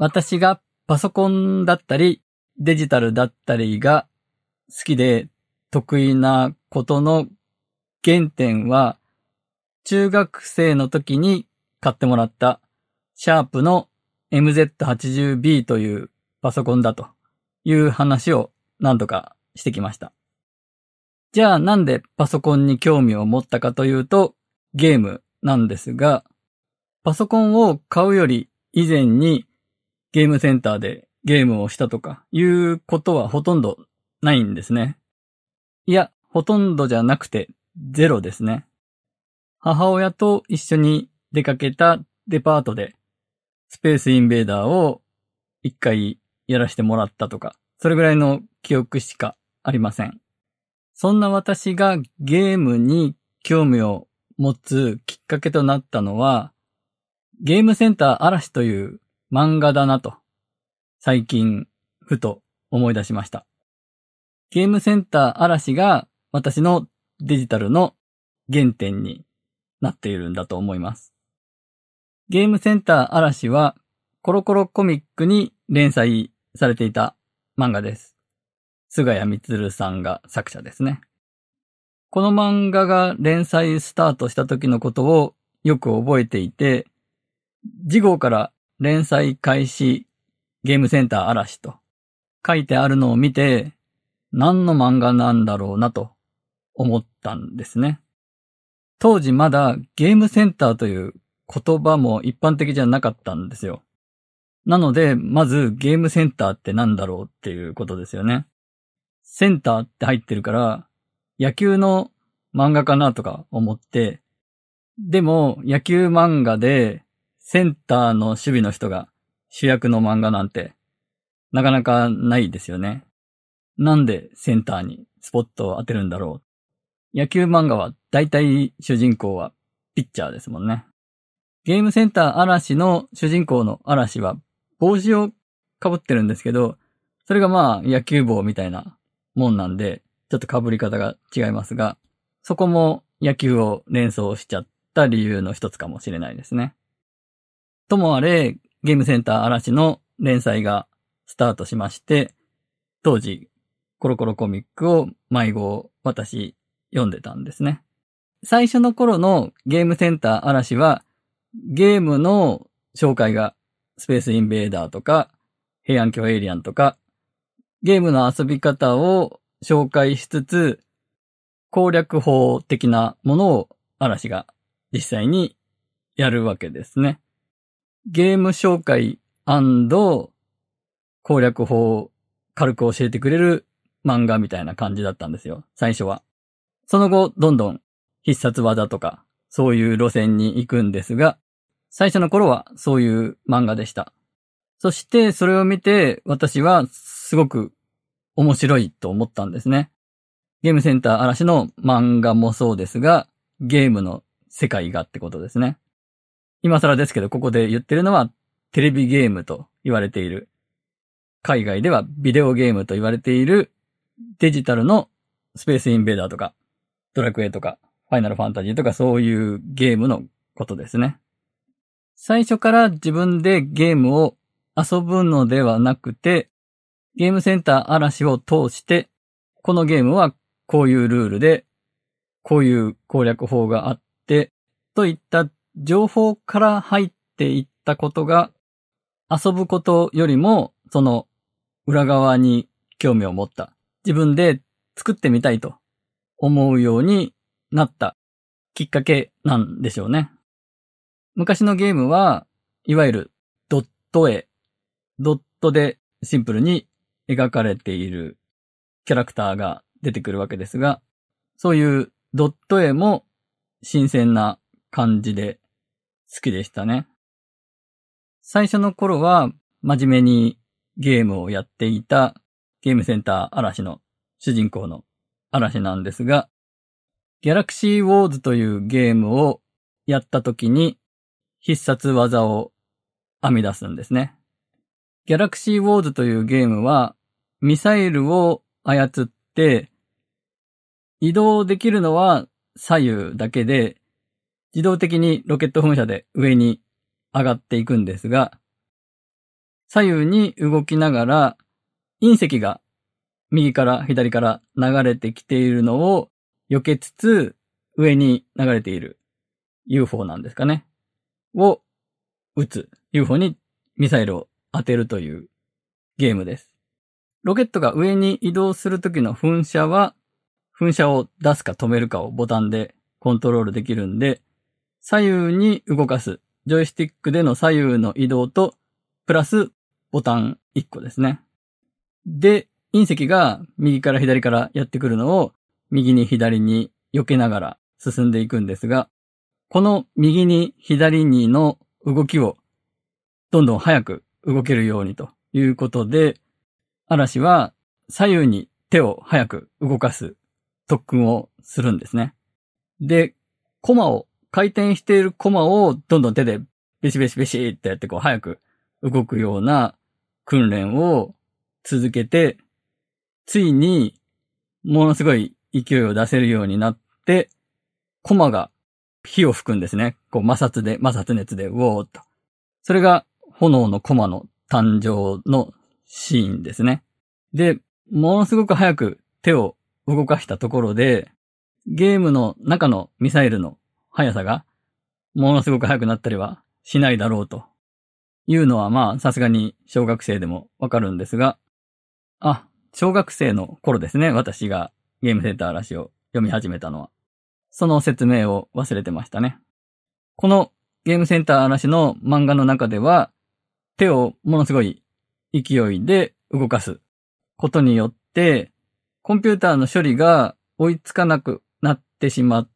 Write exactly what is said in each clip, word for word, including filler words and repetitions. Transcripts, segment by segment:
私がパソコンだったりデジタルだったりが好きで得意なことの原点は中学生の時に買ってもらったシャープの エムゼットはちじゅうビー というパソコンだという話を何度かしてきました。じゃあなんでパソコンに興味を持ったかというとゲームなんですが、パソコンを買うより以前にゲームセンターでゲームをしたとかいうことはほとんどないんですね。いや、ほとんどじゃなくてゼロですね。母親と一緒に出かけたデパートでスペースインベーダーを一回やらせてもらったとか、それぐらいの記憶しかありません。そんな私がゲームに興味を持つきっかけとなったのは、ゲームセンター嵐という漫画だなと、最近ふと思い出しました。ゲームセンター嵐が私のデジタルの原点になっているんだと思います。ゲームセンター嵐はコロコロコミックに連載されていた漫画です。菅谷充さんが作者ですね。この漫画が連載スタートした時のことをよく覚えていて、次号から連載開始ゲームセンター嵐と書いてあるのを見て、何の漫画なんだろうなと思ったんですね。当時まだゲームセンターという言葉も一般的じゃなかったんですよ。なので、まずゲームセンターってなんだろうっていうことですよね。センターって入ってるから、野球の漫画かなとか思って、でも野球漫画でセンターの守備の人が主役の漫画なんてなかなかないですよね。なんでセンターにスポットを当てるんだろう。野球漫画は大体主人公はピッチャーですもんね。ゲームセンター嵐の主人公の嵐は帽子をかぶってるんですけど、それがまあ野球帽みたいなもんなんで、ちょっと被り方が違いますが、そこも野球を連想しちゃった理由の一つかもしれないですね。ともあれ、ゲームセンター嵐の連載がスタートしまして、当時コロコロコミックを毎号私読んでたんですね。最初の頃のゲームセンター嵐はゲームの紹介がスペースインベーダーとか平安京エイリアンとかゲームの遊び方を紹介しつつ攻略法的なものを嵐が実際にやるわけですね。ゲーム紹介&攻略法を軽く教えてくれる漫画みたいな感じだったんですよ、最初は。その後、どんどん必殺技とか、そういう路線に行くんですが、最初の頃はそういう漫画でした。そしてそれを見て私はすごく面白いと思ったんですね。ゲームセンター嵐の漫画もそうですが、ゲームの世界がってことですね。今更ですけど、ここで言ってるのはテレビゲームと言われている、海外ではビデオゲームと言われているデジタルのスペースインベーダーとか、ドラクエとか、ファイナルファンタジーとかそういうゲームのことですね。最初から自分でゲームを遊ぶのではなくて、ゲームセンター嵐を通して、このゲームはこういうルールで、こういう攻略法があって、といった情報から入っていったことが、遊ぶことよりも、その裏側に興味を持った。自分で作ってみたいと思うようになったきっかけなんでしょうね。昔のゲームは、いわゆるドット絵、ドットでシンプルに描かれているキャラクターが出てくるわけですが、そういうドット絵も新鮮な感じで好きでしたね。最初の頃は真面目にゲームをやっていたゲームセンター嵐の主人公の嵐なんですが、ギャラクシーウォーズというゲームをやった時に必殺技を編み出すんですね。ギャラクシーウォーズというゲームはミサイルを操って移動できるのは左右だけで自動的にロケット噴射で上に上がっていくんですが、 左右に動きながら隕石が右から左から流れてきているのを避けつつ上に流れている ユーフォー なんですかね。を撃つ。ユーフォー にミサイルを当てるというゲームです。ロケットが上に移動するときの噴射は、噴射を出すか止めるかをボタンでコントロールできるんで、左右に動かす。ジョイスティックでの左右の移動と、プラスボタンいっこですね。で、隕石が右から左からやってくるのを右に左に避けながら進んでいくんですが、この右に左にの動きをどんどん早く動けるようにということで、嵐は左右に手を早く動かす特訓をするんですね。で、コマを、回転しているコマをどんどん手でベシベシベシってやってこう早く動くような訓練を続けて、ついにものすごい勢いを出せるようになって、コマが火を吹くんですね。こう摩擦で、摩擦熱で、ウォーっと。それが炎のコマの誕生のシーンですね。で、ものすごく早く手を動かしたところで、ゲームの中のミサイルの速さがものすごく速くなったりはしないだろうというのはまあさすがに小学生でもわかるんですが、あ、小学生の頃ですね、私がゲームセンター嵐を読み始めたのは。その説明を忘れてましたね。このゲームセンター嵐の漫画の中では、手をものすごい勢いで動かすことによって、コンピューターの処理が追いつかなくなってしまって、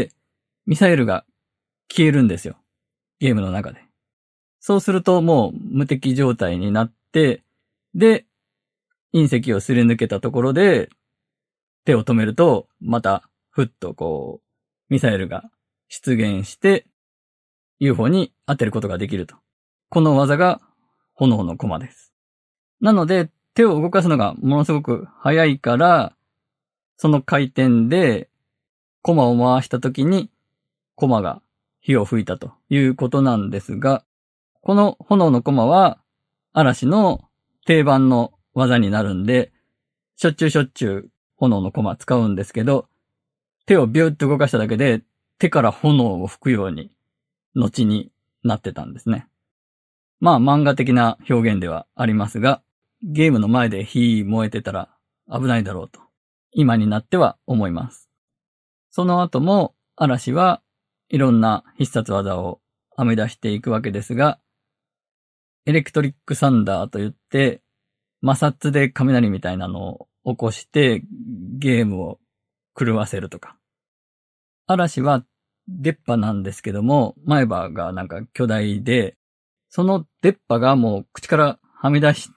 ミサイルが消えるんですよ。ゲームの中で。そうするともう無敵状態になって、で、隕石をすり抜けたところで手を止めると、またふっとこう、ミサイルが出現して、ユーフォー に当てることができると。この技が炎のコマです。なので、手を動かすのがものすごく早いから、その回転でコマを回したときにコマが火を吹いたということなんですが、この炎のコマは嵐の定番の技になるんで、しょっちゅうしょっちゅう炎のコマ使うんですけど、手をビューッと動かしただけで手から炎を吹くように後になってたんですね。まあ漫画的な表現ではありますが、ゲームの前で火燃えてたら危ないだろうと今になっては思います。その後も嵐はいろんな必殺技を編み出していくわけですが、エレクトリックサンダーといって摩擦で雷みたいなのを起こしてゲームを狂わせるとか。嵐は出っ歯なんですけども、前歯がなんか巨大で、その出っ歯がもう口からはみ出して、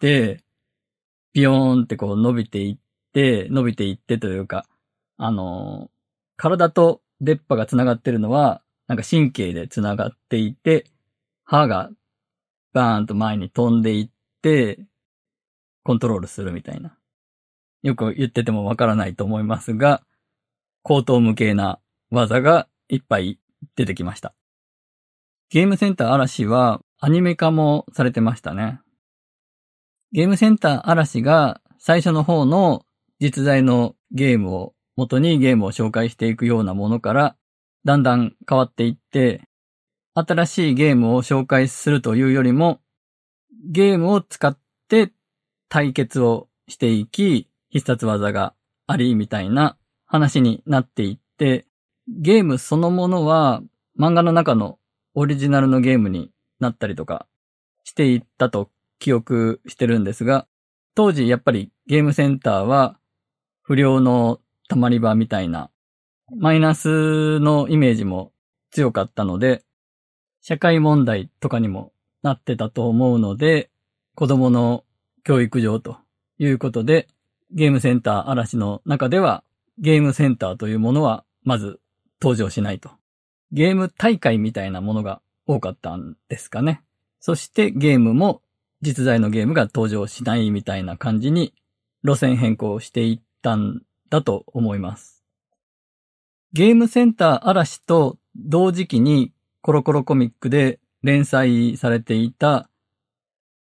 ビヨーンってこう伸びていって、伸びていってというか、あのー、体と出っ歯が繋がってるのは、なんか神経で繋がっていて、歯がバーンと前に飛んでいって、コントロールするみたいな。よく言っててもわからないと思いますが、高等無形な技がいっぱい出てきました。ゲームセンター嵐はアニメ化もされてましたね。ゲームセンター嵐が最初の方の実在のゲームを元にゲームを紹介していくようなものからだんだん変わっていって、新しいゲームを紹介するというよりもゲームを使って対決をしていき、必殺技がありみたいな話になっていって、ゲームそのものは漫画の中のオリジナルのゲームになったりとかしていったと記憶してるんですが、当時やっぱりゲームセンターは不良の溜まり場みたいなマイナスのイメージも強かったので、社会問題とかにもなってたと思うので、子供の教育上ということで、ゲームセンター嵐の中ではゲームセンターというものはまず登場しないと。ゲーム大会みたいなものが多かったんですかね。そしてゲームも実在のゲームが登場しないみたいな感じに路線変更していったんだと思います。ゲームセンター嵐と同時期にコロコロコミックで連載されていた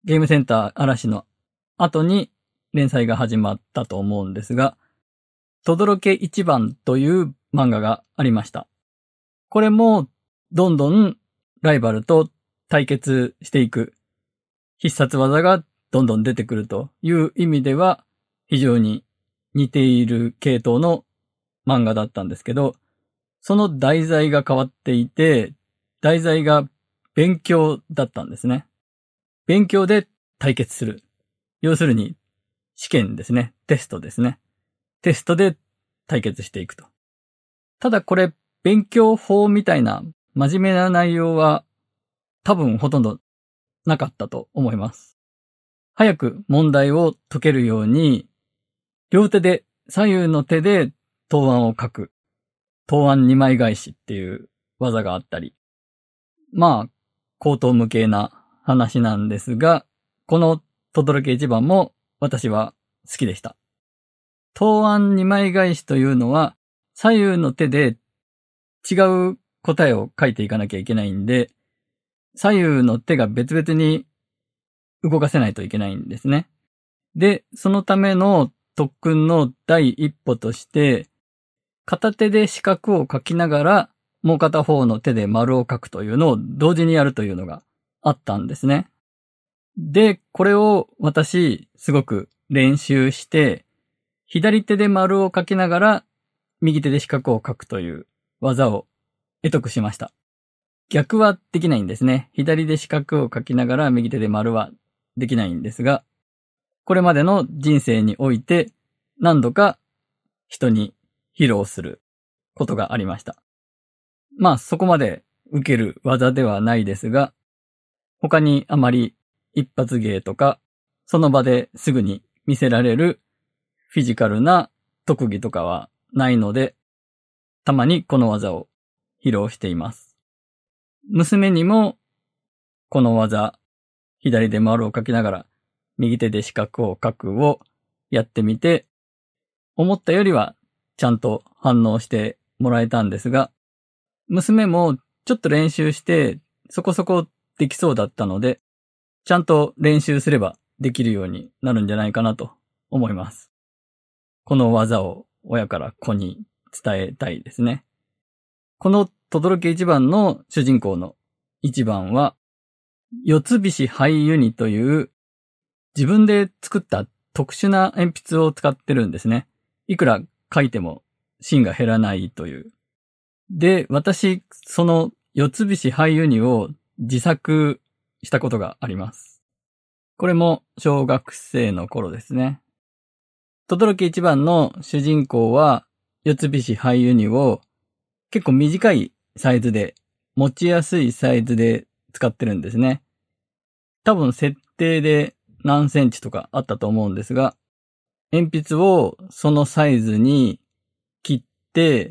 ゲームセンター嵐の後に連載が始まったと思うんですが、とどろけ一番という漫画がありました。これもどんどんライバルと対決していく、必殺技がどんどん出てくるという意味では非常に似ている系統の漫画だったんですけど、その題材が変わっていて、題材が勉強だったんですね。勉強で対決する。要するに試験ですね。テストですね。テストで対決していくと。ただこれ勉強法みたいな真面目な内容は多分ほとんどなかったと思います。早く問題を解けるように、両手で左右の手で答案を書く。答案にまい返しっていう技があったり。まあ、口頭無形な話なんですが、このとどろけ一番も私は好きでした。答案にまい返しというのは、左右の手で違う答えを書いていかなきゃいけないんで、左右の手が別々に動かせないといけないんですね。で、そのための特訓の第一歩として、片手で四角を書きながら、もう片方の手で丸を書くというのを同時にやるというのがあったんですね。で、これを私、すごく練習して、左手で丸を書きながら、右手で四角を書くという技を得得しました。逆はできないんですね。左で四角を書きながら、右手で丸はできないんですが、これまでの人生において何度か人に披露することがありました。まあそこまで受ける技ではないですが、他にあまり一発芸とかその場ですぐに見せられるフィジカルな特技とかはないので、たまにこの技を披露しています。娘にもこの技、左で丸を書きながら右手で四角を書くをやってみて、思ったよりはちゃんと反応してもらえたんですが、娘もちょっと練習してそこそこできそうだったので、ちゃんと練習すればできるようになるんじゃないかなと思います。この技を親から子に伝えたいですね。このとどろけ一番の主人公の一番は、四つ菱灰ユニという自分で作った特殊な鉛筆を使ってるんですね。いくら書いても芯が減らないという。で、私、その四つ菱灰ユニを自作したことがあります。これも小学生の頃ですね。とどろけ一番の主人公は四つ菱灰ユニを結構短いサイズで、持ちやすいサイズで使ってるんですね。多分設定で何センチとかあったと思うんですが、鉛筆をそのサイズに切って、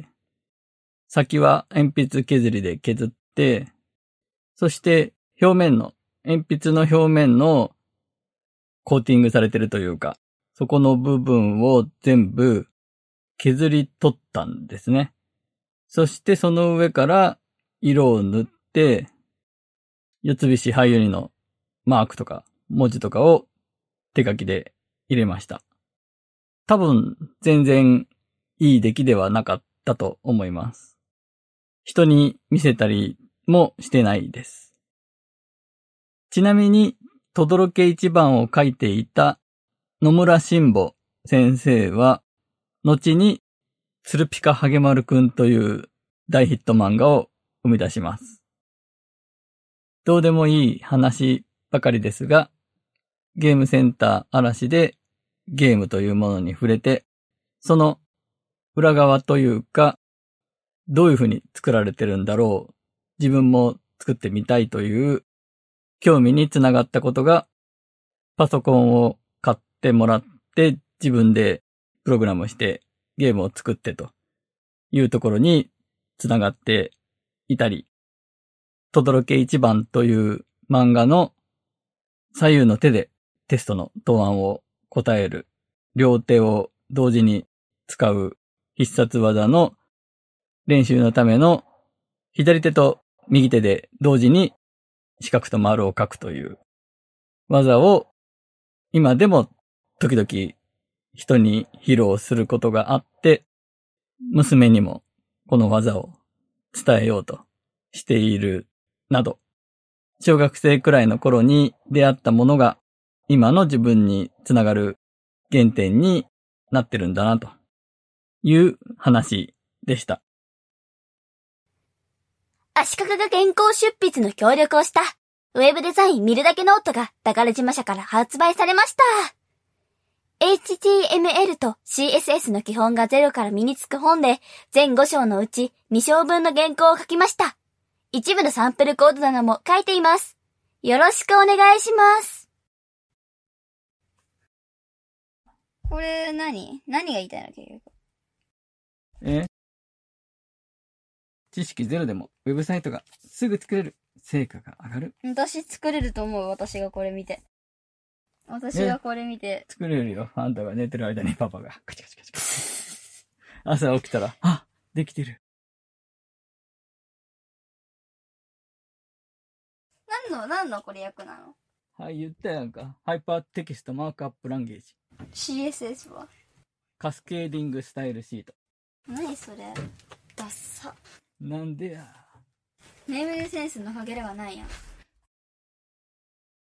先は鉛筆削りで削って、そして表面の、鉛筆の表面のコーティングされてるというか、そこの部分を全部削り取ったんですね。そしてその上から色を塗って、四つ菱灰ユニのマークとか文字とかを手書きで入れました。多分全然いい出来ではなかったと思います。人に見せたりもしてないです。ちなみに、とどろけ一番を書いていた野村真保先生は、後につるぴかはげまるくんという大ヒット漫画を生み出します。どうでもいい話ばかりですが、ゲームセンター嵐でゲームというものに触れて、その裏側というか、どういうふうに作られてるんだろう、自分も作ってみたいという興味につながったことが、パソコンを買ってもらって自分でプログラムしてゲームを作ってというところにつながっていたり、とどろけ一番という漫画の左右の手でテストの答案を答える、両手を同時に使う必殺技の練習のための左手と右手で同時に四角と丸を書くという技を今でも時々人に披露することがあって、娘にもこの技を伝えようとしているなど、小学生くらいの頃に出会ったものが今の自分につながる原点になってるんだなという話でした。 足利が原稿出筆の協力をしたウェブデザイン見るだけノートが宝島社から発売されました。エイチティーエムエル と シーエスエス の基本がゼロから身につく本で全ご章のうちに章分の原稿を書きました。一部のサンプルコードなども書いています。よろしくお願いします。これ何何が言いたいの結局。 え知識ゼロでもウェブサイトがすぐ作れる。成果が上がる。 私作れると思う。私がこれ見て。私がこれ見て。 作れるよ。あんたが寝てる間にパパがカチカチカチカチ。朝起きたら、あ、できてる。 何の、何のこれ役なの？ はい、言ったやんか。ハイパーテキストマークアップランゲージ。 シーエスエス はカスケーディングスタイルシート。 何それ？ダッサ。 なんでや。 ネームでセンスのかけらはないやん。